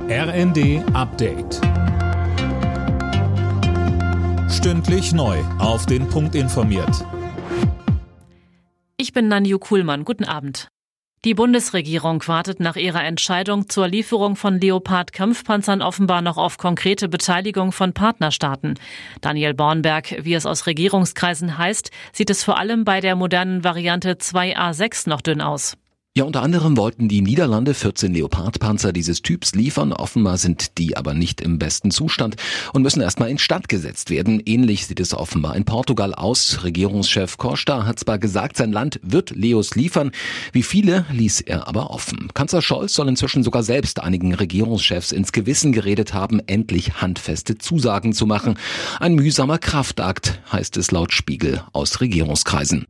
RND Update. Stündlich neu auf den Punkt informiert. Ich bin Nanju Kuhlmann. Guten Abend. Die Bundesregierung wartet nach ihrer Entscheidung zur Lieferung von Leopard-Kampfpanzern offenbar noch auf konkrete Beteiligung von Partnerstaaten. Daniel Bornberg, wie es aus Regierungskreisen heißt, sieht es vor allem bei der modernen Variante 2A6 noch dünn aus. Ja, unter anderem wollten die Niederlande 14 Leopard-Panzer dieses Typs liefern. Offenbar sind die aber nicht im besten Zustand und müssen erstmal instand gesetzt werden. Ähnlich sieht es offenbar in Portugal aus. Regierungschef Costa hat zwar gesagt, sein Land wird Leos liefern. Wie viele, ließ er aber offen. Kanzler Scholz soll inzwischen sogar selbst einigen Regierungschefs ins Gewissen geredet haben, endlich handfeste Zusagen zu machen. Ein mühsamer Kraftakt, heißt es laut Spiegel aus Regierungskreisen.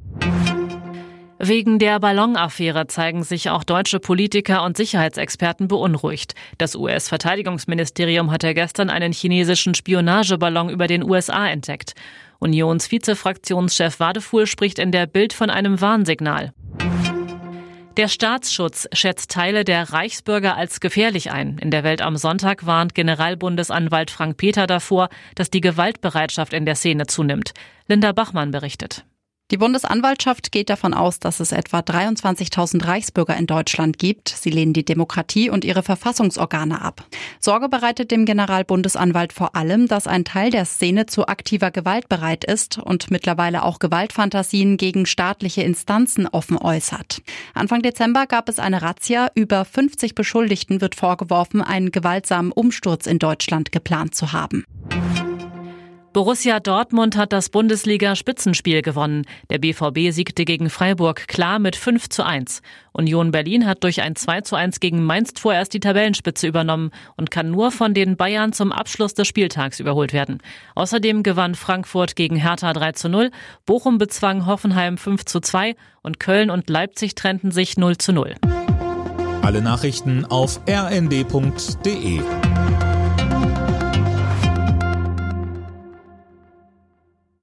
Wegen der Ballonaffäre zeigen sich auch deutsche Politiker und Sicherheitsexperten beunruhigt. Das US-Verteidigungsministerium hatte gestern einen chinesischen Spionageballon über den USA entdeckt. Unionsvizefraktionschef Wadefuhl spricht in der Bild von einem Warnsignal. Der Staatsschutz schätzt Teile der Reichsbürger als gefährlich ein. In der Welt am Sonntag warnt Generalbundesanwalt Frank Peter davor, dass die Gewaltbereitschaft in der Szene zunimmt. Linda Bachmann berichtet. Die Bundesanwaltschaft geht davon aus, dass es etwa 23.000 Reichsbürger in Deutschland gibt. Sie lehnen die Demokratie und ihre Verfassungsorgane ab. Sorge bereitet dem Generalbundesanwalt vor allem, dass ein Teil der Szene zu aktiver Gewalt bereit ist und mittlerweile auch Gewaltfantasien gegen staatliche Instanzen offen äußert. Anfang Dezember gab es eine Razzia. Über 50 Beschuldigten wird vorgeworfen, einen gewaltsamen Umsturz in Deutschland geplant zu haben. Borussia Dortmund hat das Bundesliga-Spitzenspiel gewonnen. Der BVB siegte gegen Freiburg klar mit 5:1. Union Berlin hat durch ein 2:1 gegen Mainz vorerst die Tabellenspitze übernommen und kann nur von den Bayern zum Abschluss des Spieltags überholt werden. Außerdem gewann Frankfurt gegen Hertha 3:0, Bochum bezwang Hoffenheim 5:2 und Köln und Leipzig trennten sich 0:0. Alle Nachrichten auf rnd.de.